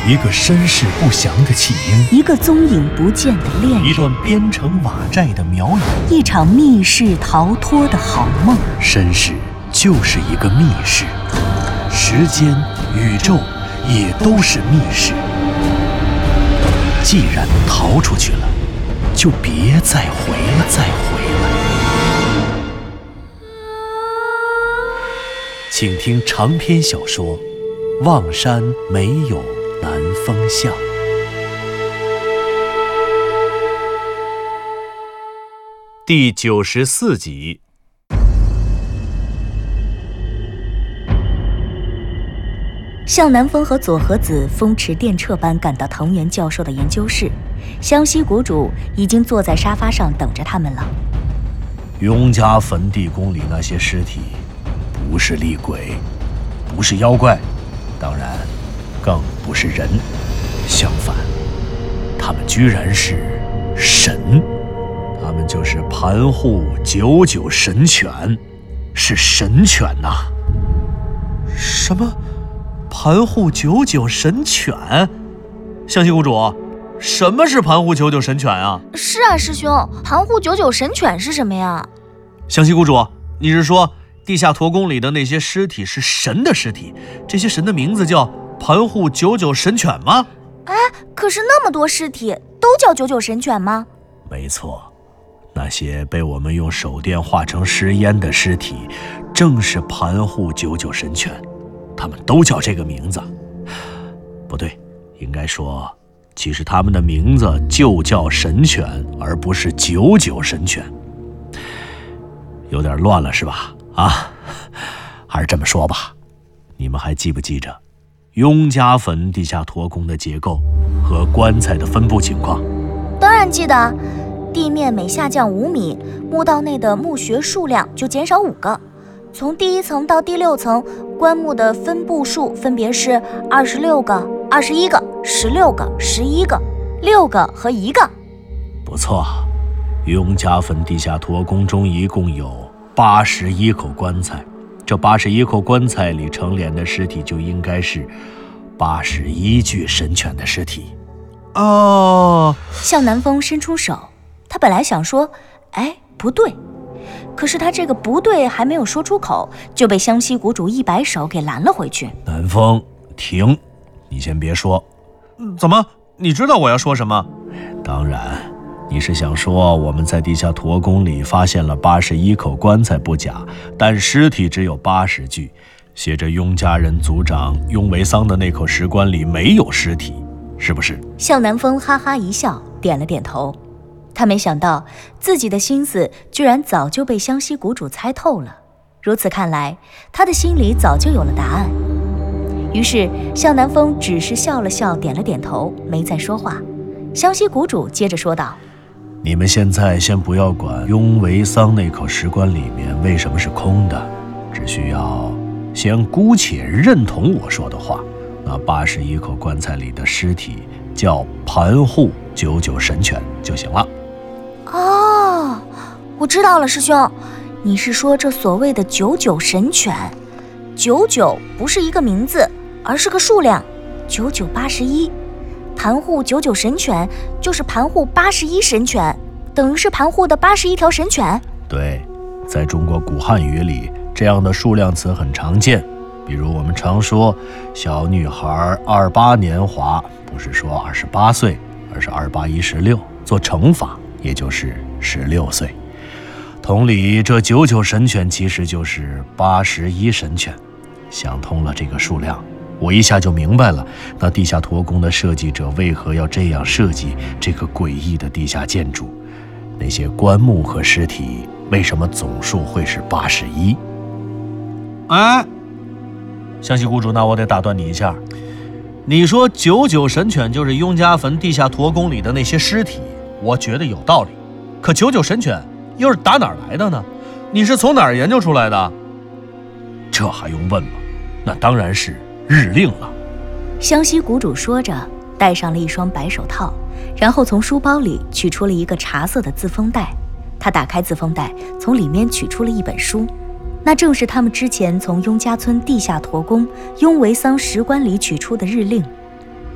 一个身世不详的弃婴， 一个踪影不见的恋人， 一段编成瓦寨的苗语， 一场密室逃脱的好梦。 身世就是一个密室，时间、宇宙也都是密室。既然逃出去了，就别再回来。请听长篇小说《望山没有南风向》第94集。 向南风和佐和子风驰电掣般赶到藤原教授的研究室，湘西谷主已经坐在沙发上等着他们了。 雍家坟地宫里那些尸体不是厉鬼，不是妖怪，当然更不是人，相反他们居然是神，他们就是盘户99神犬，是神犬呐！什么？盘户99神犬？湘西谷主，什么是盘户99神犬啊？ 是啊，师兄，盘户99神犬是什么呀？ 湘西谷主，你是说地下驼宫里的那些尸体是神的尸体，这些神的名字叫盘户99神犬吗？ 哎，可是那么多尸体都叫99神犬吗？ 没错，那些被我们用手电化成尸烟的尸体正是盘户99神犬，他们都叫这个名字。不对，应该说其实他们的名字就叫神犬，而不是99神犬。有点乱了是吧？还是这么说吧，你们还记不记着雍家坟地下驼宫的结构和棺材的分布情况？ 当然记得，地面每下降5米，墓道内的墓穴数量就减少5个。从第1层到第6层，棺木的分布数分别是26个、21个、16个、11个、6个和1个。 不错，雍家坟地下驼宫中一共有81口棺材，这81口棺材里成殓的尸体就应该是81具神犬的尸体。 向南风伸出手，他本来想说不对，可是他这个不对还没有说出口，就被湘西谷主一摆手给拦了回去。 南风，停，你先别说。 怎么？你知道我要说什么？ 当然，你是想说我们在地下驼宫里发现了81口棺材不假，但尸体只有80具，写着雍家人族长雍维桑的那口石棺里没有尸体，是不是？ 向南风哈哈一笑，点了点头。他没想到自己的心思居然早就被湘西谷主猜透了，如此看来，他的心里早就有了答案。于是向南风只是笑了笑，点了点头，没再说话。湘西谷主接着说道： 你们现在先不要管雍维桑那口石棺里面为什么是空的，只需要先姑且认同我说的话，那81口棺材里的尸体叫盘户99神犬就行了。 我知道了，师兄，你是说这所谓的99神犬，99不是一个名字，而是个数量，9981，盘户99神犬就是盘户81神犬，等于是盘户的81条神犬。 对，在中国古汉语里，这样的数量词很常见，比如我们常说小女孩28年华，不是说28岁，而是2816，做乘法，也就是16岁。同理，这99神犬其实就是81神犬。想通了这个数量，我一下就明白了，那地下驼宫的设计者为何要这样设计这个诡异的地下建筑，那些棺木和尸体为什么总数会是81？ 湘西谷主，那我得打断你一下。你说99神犬就是雍家坟地下驼宫里的那些尸体，我觉得有道理。可99神犬又是打哪儿来的呢？你是从哪儿研究出来的？ 这还用问吗？那当然是日令了。 湘西谷主说着，戴上了一双白手套，然后从书包里取出了一个茶色的自封袋。他打开自封袋，从里面取出了一本书，那正是他们之前从雍家村地下驼宫雍维桑石棺里取出的日令。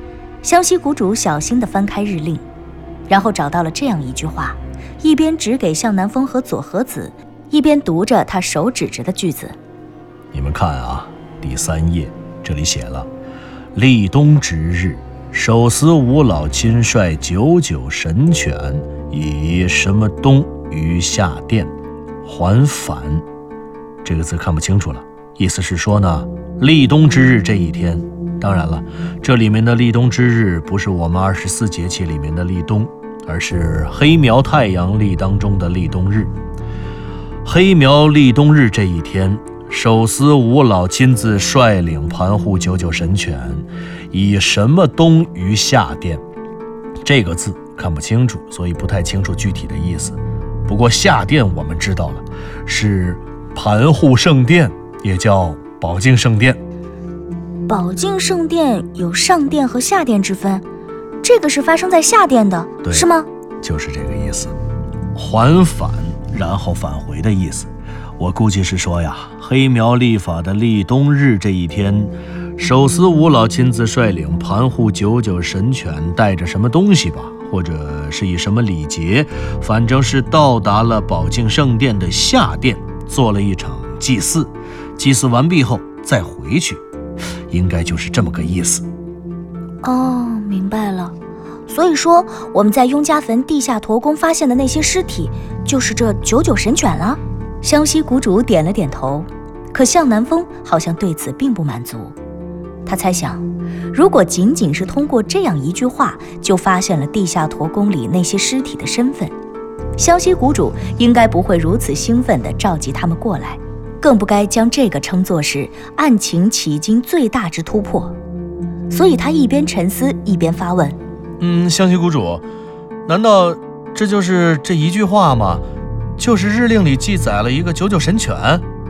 湘西谷主小心地翻开日令，然后找到了这样一句话，一边指给向南风和佐和子，一边读着他手指着的句子。 你们看啊，第3页这里写了立冬之日，手撕五老亲率99神犬，以什么东于下殿，还返。这个字看不清楚了，意思是说呢，立冬之日这一天，当然了，这里面的立冬之日不是我们24节气里面的立冬，而是黑苗太阳历当中的立冬日。黑苗立冬日这一天，手撕五老亲自率领盘护99神犬，以什么东于下殿。这个字看不清楚，所以不太清楚具体的意思。不过下殿我们知道了，是盘护圣殿，也叫宝镜圣殿。 宝镜圣殿有上殿和下殿之分，这个是发生在下殿的，是吗？ 就是这个意思。还返，然后返回的意思。我估计是说呀，黑苗历法的立冬日这一天，手撕五老亲自率领盘护99神犬，带着什么东西吧，或者是以什么礼节，反正是到达了宝镜圣殿的下殿，做了一场祭祀，祭祀完毕后再回去，应该就是这么个意思。 哦，明白了。所以说我们在雍家坟地下驼宫发现的那些尸体，就是这99神犬了。 湘西谷主点了点头，可向南风好像对此并不满足。他猜想，如果仅仅是通过这样一句话就发现了地下驼宫里那些尸体的身份，湘西谷主应该不会如此兴奋地召集他们过来，更不该将这个称作是案情迄今最大之突破。所以他一边沉思一边发问： 湘西谷主，难道这就是这一句话吗？就是日令里记载了一个99神犬？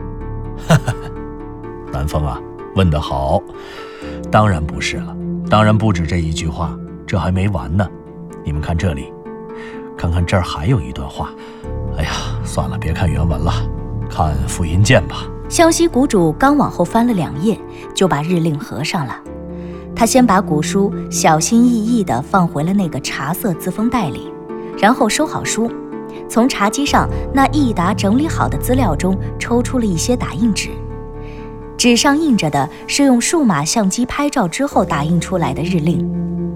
南风啊，问得好。当然不是了，当然不止这一句话，这还没完呢。你们看这里，看看这儿还有一段话。哎呀，算了，别看原文了，看复印件吧。 湘西谷主刚往后翻了2页，就把日令合上了。他先把古书小心翼翼地放回了那个茶色字封袋里，然后收好书，从茶几上那一沓整理好的资料中抽出了一些打印纸，纸上印着的是用数码相机拍照之后打印出来的日令。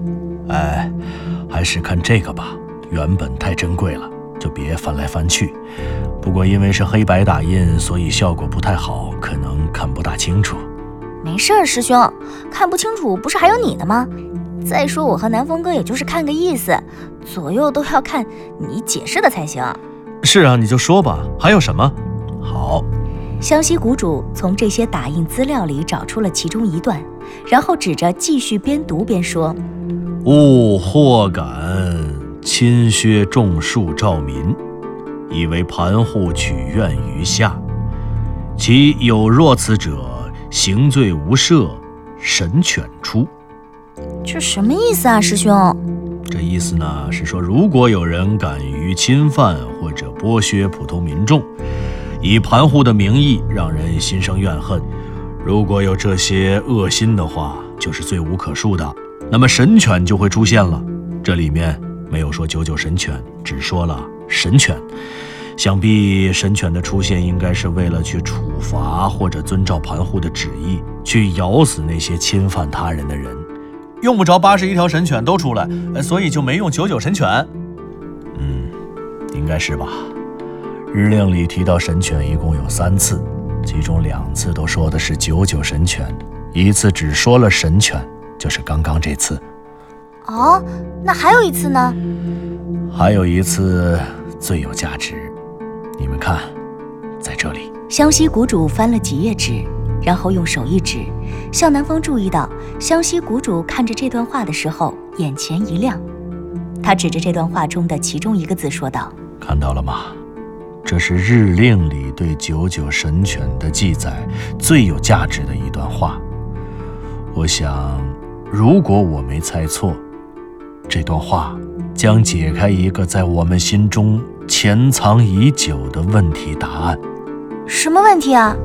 还是看这个吧，原本太珍贵了，就别翻来翻去。不过因为是黑白打印，所以效果不太好，可能看不大清楚。 没事儿，师兄，看不清楚不是还有你的吗？再说我和南风哥也就是看个意思，左右都要看你解释的才行。 是啊，你就说吧，还有什么？ 好。 湘西谷主从这些打印资料里找出了其中一段，然后指着继续边读边说： 勿或敢侵削众庶兆民，以为盘护取怨于下，其有若此者，刑罪无赦，神犬出。 这什么意思啊，师兄？ 这意思呢，是说如果有人敢于侵犯或者剥削普通民众，以盘护的名义让人心生怨恨，如果有这些恶心的话，就是罪无可恕的，那么神犬就会出现了。这里面没有说99神犬，只说了神犬。想必神犬的出现应该是为了去处罚或者遵照盘护的旨意，去咬死那些侵犯他人的人。 用不着81条神犬都出来，所以就没用99神犬。 应该是吧。日令里提到神犬一共有3次，其中2次都说的是99神犬，1次只说了神犬，就是刚刚这次。 哦，那还有一次呢？ 还有一次最有价值，你们看，在这里。 湘西谷主翻了几页纸，然后用手一指。向南风注意到湘西谷主看着这段话的时候眼前一亮，他指着这段话中的其中一个字说道： 看到了吗？这是日令里对99神犬的记载最有价值的一段话。我想，如果我没猜错，这段话将解开一个在我们心中潜藏已久的问题答案。 什么问题啊？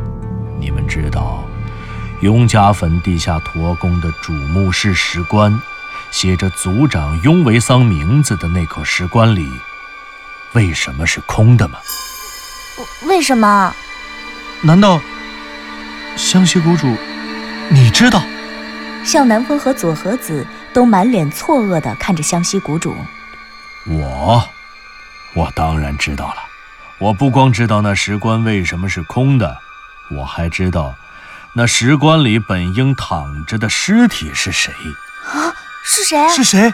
你们知道，雍家坟地下驼宫的主墓室石棺写着族长雍维桑名字的那口石棺里，为什么是空的吗？ 为什么？ 难道湘西谷主你知道？ 向南风和佐和子都满脸错愕地看着湘西谷主。 我当然知道了。我不光知道那石棺为什么是空的，我还知道那石棺里本应躺着的尸体是谁。 啊，是谁？ 是谁？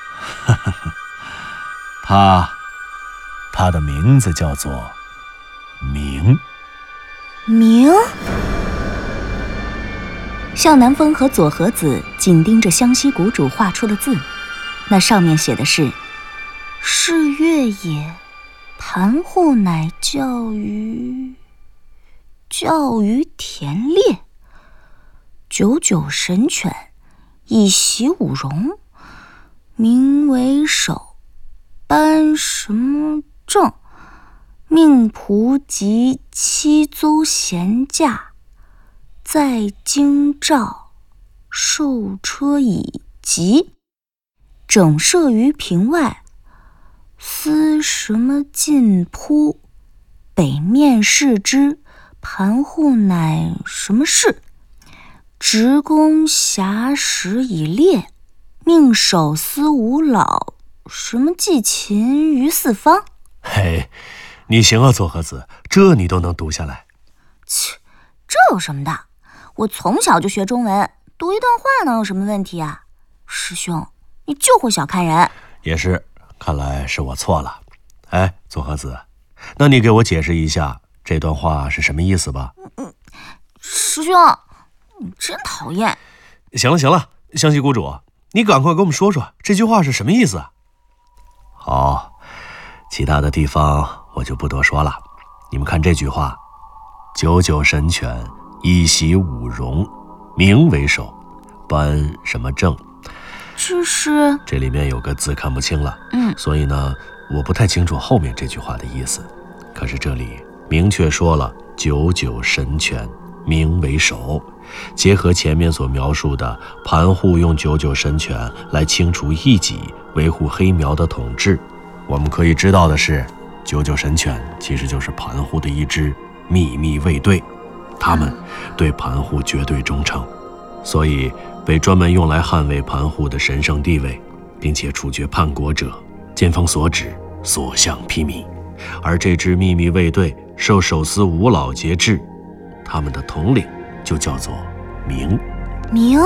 他的名字叫做明。 明？ 向南风和佐和子紧盯着湘西谷主画出的字，那上面写的是： 是月也，盘户乃教于田猎，九九神犬，以习五戎，名为首，颁什么证，命仆及七邹闲驾，在京兆，受车以疾，整设于屏外，司什么进扑，北面视之，盘户乃什么事，职工暇时以猎，命手司吴老什么祭秦于四方。 嘿，你行啊，佐和子，这你都能读下来。 切，这有什么的？我从小就学中文，读一段话能有什么问题啊？师兄，你就会小看人。 也是，看来是我错了。哎，佐和子，那你给我解释一下这段话是什么意思吧？ 师兄，你真讨厌。 行了，湘西谷主，你赶快给我们说说这句话是什么意思啊？ 好，其他的地方我就不多说了。你们看这句话：九九神犬，以习五戎，名为首，颁什么证？这里面有个字看不清了，所以呢，我不太清楚后面这句话的意思。可是这里明确说了九九神犬，名为首，结合前面所描述的盘户用九九神犬来清除异己，维护黑苗的统治，我们可以知道的是，九九神犬其实就是盘户的一支秘密卫队，他们对盘户绝对忠诚，所以被专门用来捍卫盘户的神圣地位，并且处决叛国者，见风所指，所向披靡。而这支秘密卫队受手司吴老节制，他们的统领就叫做明。 明？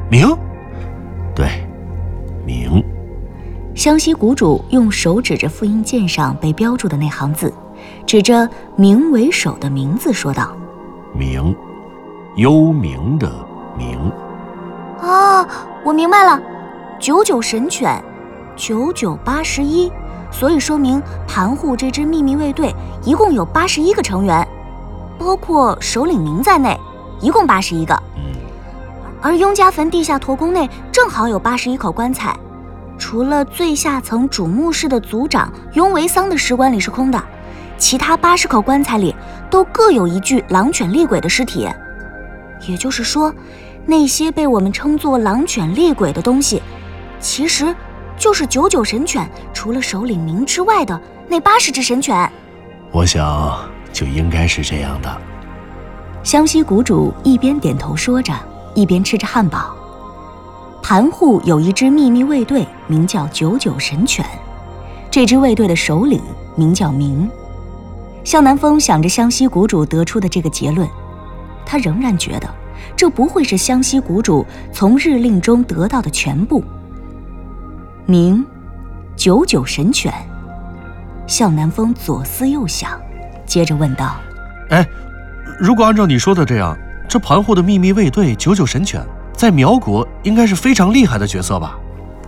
对，明。 湘西谷主用手指着复印件上被标注的那行字，指着明为首的名字说道： 明，幽冥的冥。 啊，我明白了，九九神犬，9981，所以说明盘户这支秘密卫队一共有81个成员，包括首领明在内，一共81个。而雍家坟地下驼宫内正好有81口棺材，除了最下层主墓室的族长雍维桑的石棺里是空的，其他80口棺材里都各有一具狼犬厉鬼的尸体。也就是说，那些被我们称作狼犬厉鬼的东西，其实就是九九神犬除了首领明之外的那80只神犬。 我想就应该是这样的。 湘西谷主一边点头说着，一边吃着汉堡。盘户有一支秘密卫队，名叫九九神犬，这支卫队的首领名叫明。向南风想着湘西谷主得出的这个结论，他仍然觉得这不会是湘西谷主从日令中得到的全部。明，九九神犬。向南风左思右想，接着问道： 哎，如果按照你说的这样，这盘户的秘密卫队九九神犬在苗国应该是非常厉害的角色吧？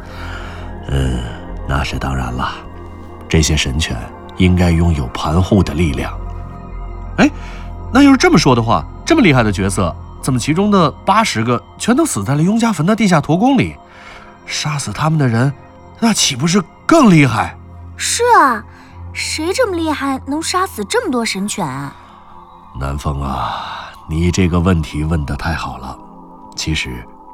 那是当然了，这些神犬应该拥有盘户的力量。 哎，那要是这么说的话，这么厉害的角色，怎么其中的80个全都死在了雍家坟的地下驼宫里？杀死他们的人，那岂不是更厉害？ 是啊，谁这么厉害能杀死这么多神犬啊？ 南风啊，你这个问题问得太好了。其实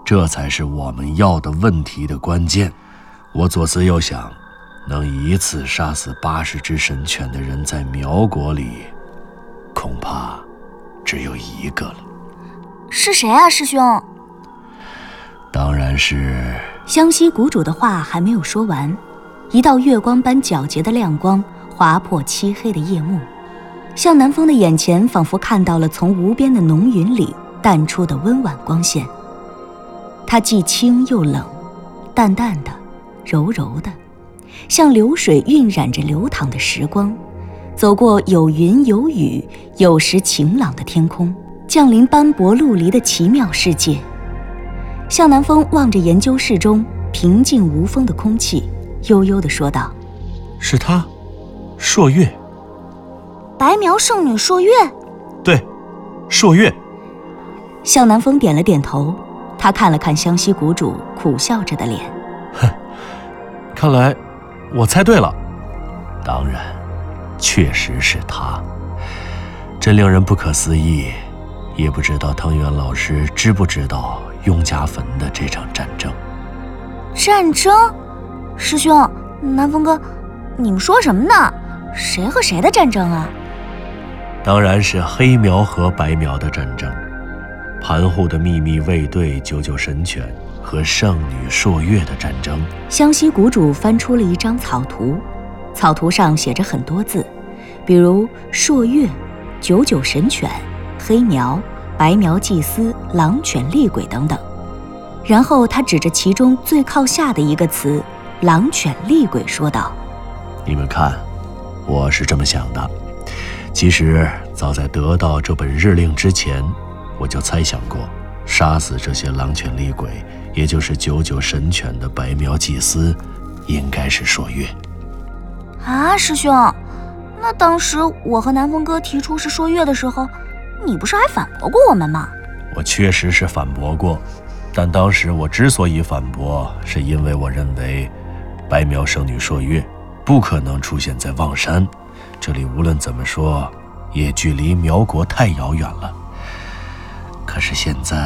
这才是我们要的问题的关键。我左思右想，能一次杀死80只神犬的人在苗国里，恐怕只有一个了。 是谁啊，师兄？ 当然是…… 湘西谷主的话还没有说完，一道月光般皎洁的亮光划破漆黑的夜幕，向南风的眼前仿佛看到了从无边的浓云里淡出的温婉光线。它既轻又冷，淡淡的，柔柔的，像流水晕染着流淌的时光，走过有云有雨，有时晴朗的天空，降临斑驳陆离的奇妙世界。向南风望着研究室中平静无风的空气，悠悠地说道： 是她，朔月。 白苗圣女朔月？ 对，朔月。 向南风点了点头，他看了看湘西谷主苦笑着的脸， 看来我猜对了。 当然，确实是她。真令人不可思议，也不知道藤原老师知不知道雍家坟的这场战争。 战争？师兄，南风哥，你们说什么呢？谁和谁的战争啊？ 当然是黑苗和白苗的战争。盘户的秘密卫队99神犬和圣女朔月的战争。 湘西谷主翻出了一张草图，草图上写着很多字，比如朔月、99神犬、黑苗、白苗祭司、狼犬厉鬼等等。然后他指着其中最靠下的一个词狼犬厉鬼说道： 你们看，我是这么想的。其实早在得到这本日令之前，我就猜想过，杀死这些狼犬厉鬼，也就是99神犬的白苗祭司，应该是朔月。 啊，师兄，那当时我和南风哥提出是朔月的时候，你不是还反驳过我们吗？ 我确实是反驳过，但当时我之所以反驳，是因为我认为白苗圣女朔月不可能出现在望山，这里无论怎么说也距离苗国太遥远了。可是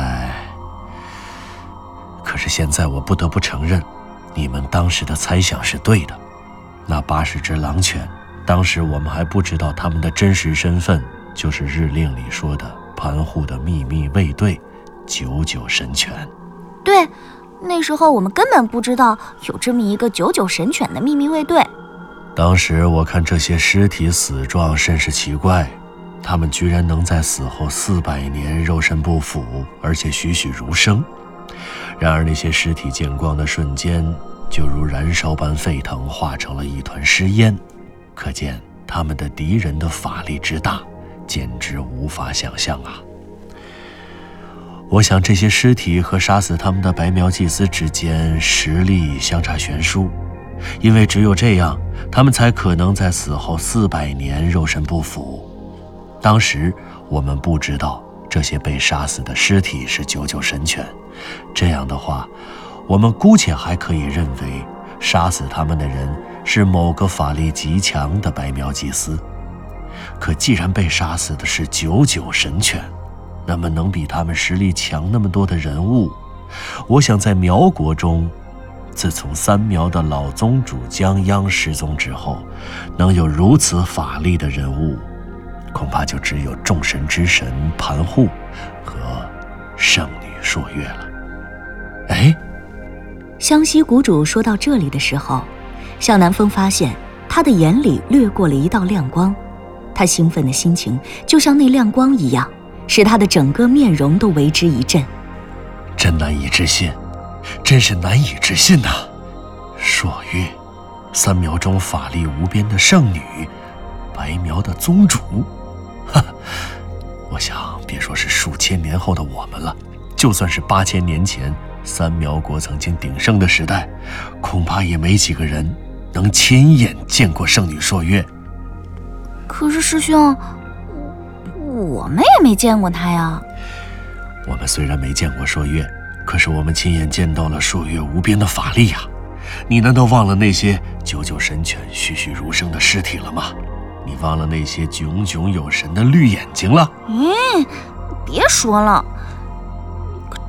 现在我不得不承认，你们当时的猜想是对的。那80只狼犬，当时我们还不知道他们的真实身份，就是日令里说的盘户的秘密卫队99神犬。 对，那时候我们根本不知道有这么一个99神犬的秘密卫队。 当时我看这些尸体死状甚是奇怪，他们居然能在死后400年肉身不腐，而且栩栩如生。然而那些尸体见光的瞬间，就如燃烧般沸腾，化成了一团尸烟。可见他们的敌人的法力之大，简直无法想象啊！我想这些尸体和杀死他们的白苗祭司之间实力相差悬殊，因为只有这样，他们才可能在死后400年肉身不腐。当时我们不知道这些被杀死的尸体是99神犬，这样的话，我们姑且还可以认为杀死他们的人是某个法力极强的白苗祭司。可既然被杀死的是99神犬，那么能比他们实力强那么多的人物，我想在苗国中，自从3苗的老宗主江央失踪之后，能有如此法力的人物，恐怕就只有众神之神盘户和圣女朔月了。哎， 湘西谷主说到这里的时候，向南风发现他的眼里掠过了一道亮光，他兴奋的心情就像那亮光一样，使他的整个面容都为之一振。 真难以置信，真是难以置信呐！朔月，3苗中法力无边的圣女，白苗的宗主。哈，我想别说是数千年后的我们了，就算是8000年前3苗国曾经鼎盛的时代，恐怕也没几个人能亲眼见过圣女朔月。 可是师兄，我们也没见过她呀。 我们虽然没见过朔月，可是我们亲眼见到了朔月无边的法力呀！你难道忘了那些99神犬栩栩如生的尸体了吗？你忘了那些炯炯有神的绿眼睛了？ 别说了，可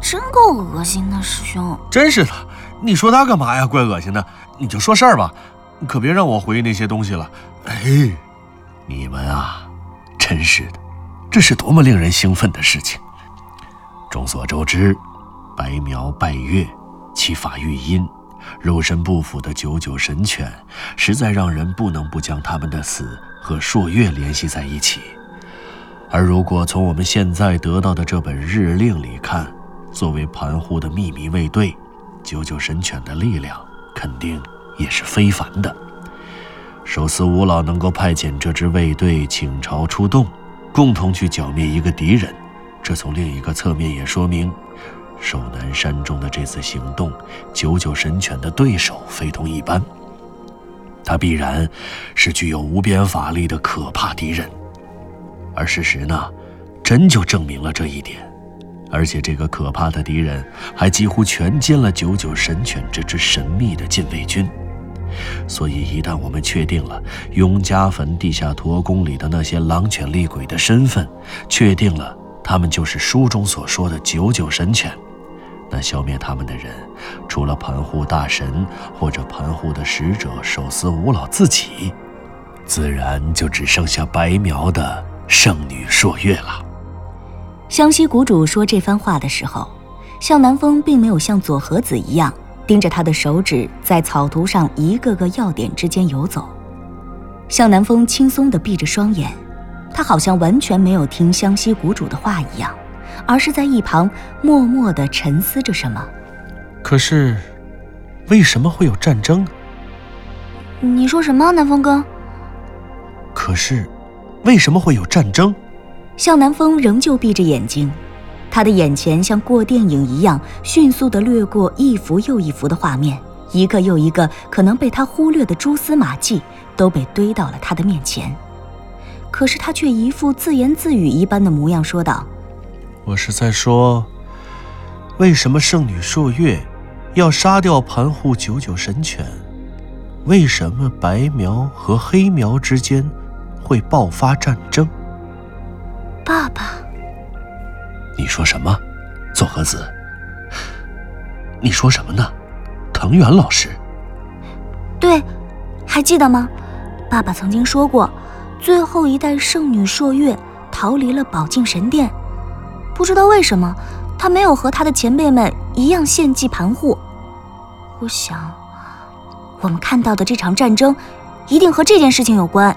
真够恶心的，师兄。 真是的，你说他干嘛呀？怪恶心的，你就说事儿吧，可别让我回忆那些东西了。 哎，你们啊，真是的，这是多么令人兴奋的事情！众所周知，白苗拜月，其法育阴，肉身不腐的99神犬，实在让人不能不将他们的死和朔月联系在一起。而如果从我们现在得到的这本日令里看，作为盘户的秘密卫队，99神犬的力量肯定也是非凡的。手撕五老能够派遣这支卫队倾巢出动，共同去剿灭一个敌人，这从另一个侧面也说明，守南山中的这次行动，99神犬的对手非同一般，他必然是具有无边法力的可怕敌人。而事实呢，真就证明了这一点。而且这个可怕的敌人还几乎全歼了99神犬这支神秘的禁卫军。所以一旦我们确定了雍家坟地下驼宫里的那些狼犬厉鬼的身份，确定了他们就是书中所说的99神犬，那消灭他们的人，除了盘户大神或者盘户的使者手撕五老自己，自然就只剩下白苗的圣女朔月了。 湘西谷主说这番话的时候，向南风并没有像左和子一样盯着他的手指在草图上一个个要点之间游走。向南风轻松地闭着双眼，他好像完全没有听湘西谷主的话一样，而是在一旁默默地沉思着什么。 可是为什么会有战争呢？ 你说什么，南风哥？ 可是为什么会有战争？ 向南风仍旧闭着眼睛，他的眼前像过电影一样迅速地掠过一幅又一幅的画面，一个又一个可能被他忽略的蛛丝马迹都被堆到了他的面前。可是他却一副自言自语一般的模样说道： 我是在说，为什么圣女朔月要杀掉盘户99神犬？为什么白苗和黑苗之间会爆发战争？ 爸爸， 你说什么？左和子，你说什么呢？藤原老师。 对，还记得吗？爸爸曾经说过，最后一代圣女朔月逃离了宝镜神殿，不知道为什么，她没有和她的前辈们一样献祭盘户。我想，我们看到的这场战争，一定和这件事情有关。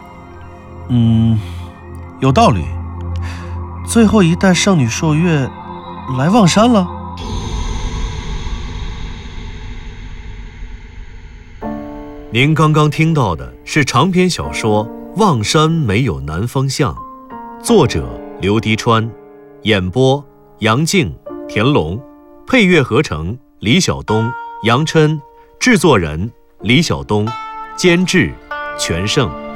有道理。最后一代圣女朔月来望山了。 您刚刚听到的是长篇小说《望山没有南方向》，作者刘迪川，演播杨静、田龙，配乐合成李晓东、杨琛，制作人李晓东，监制全胜。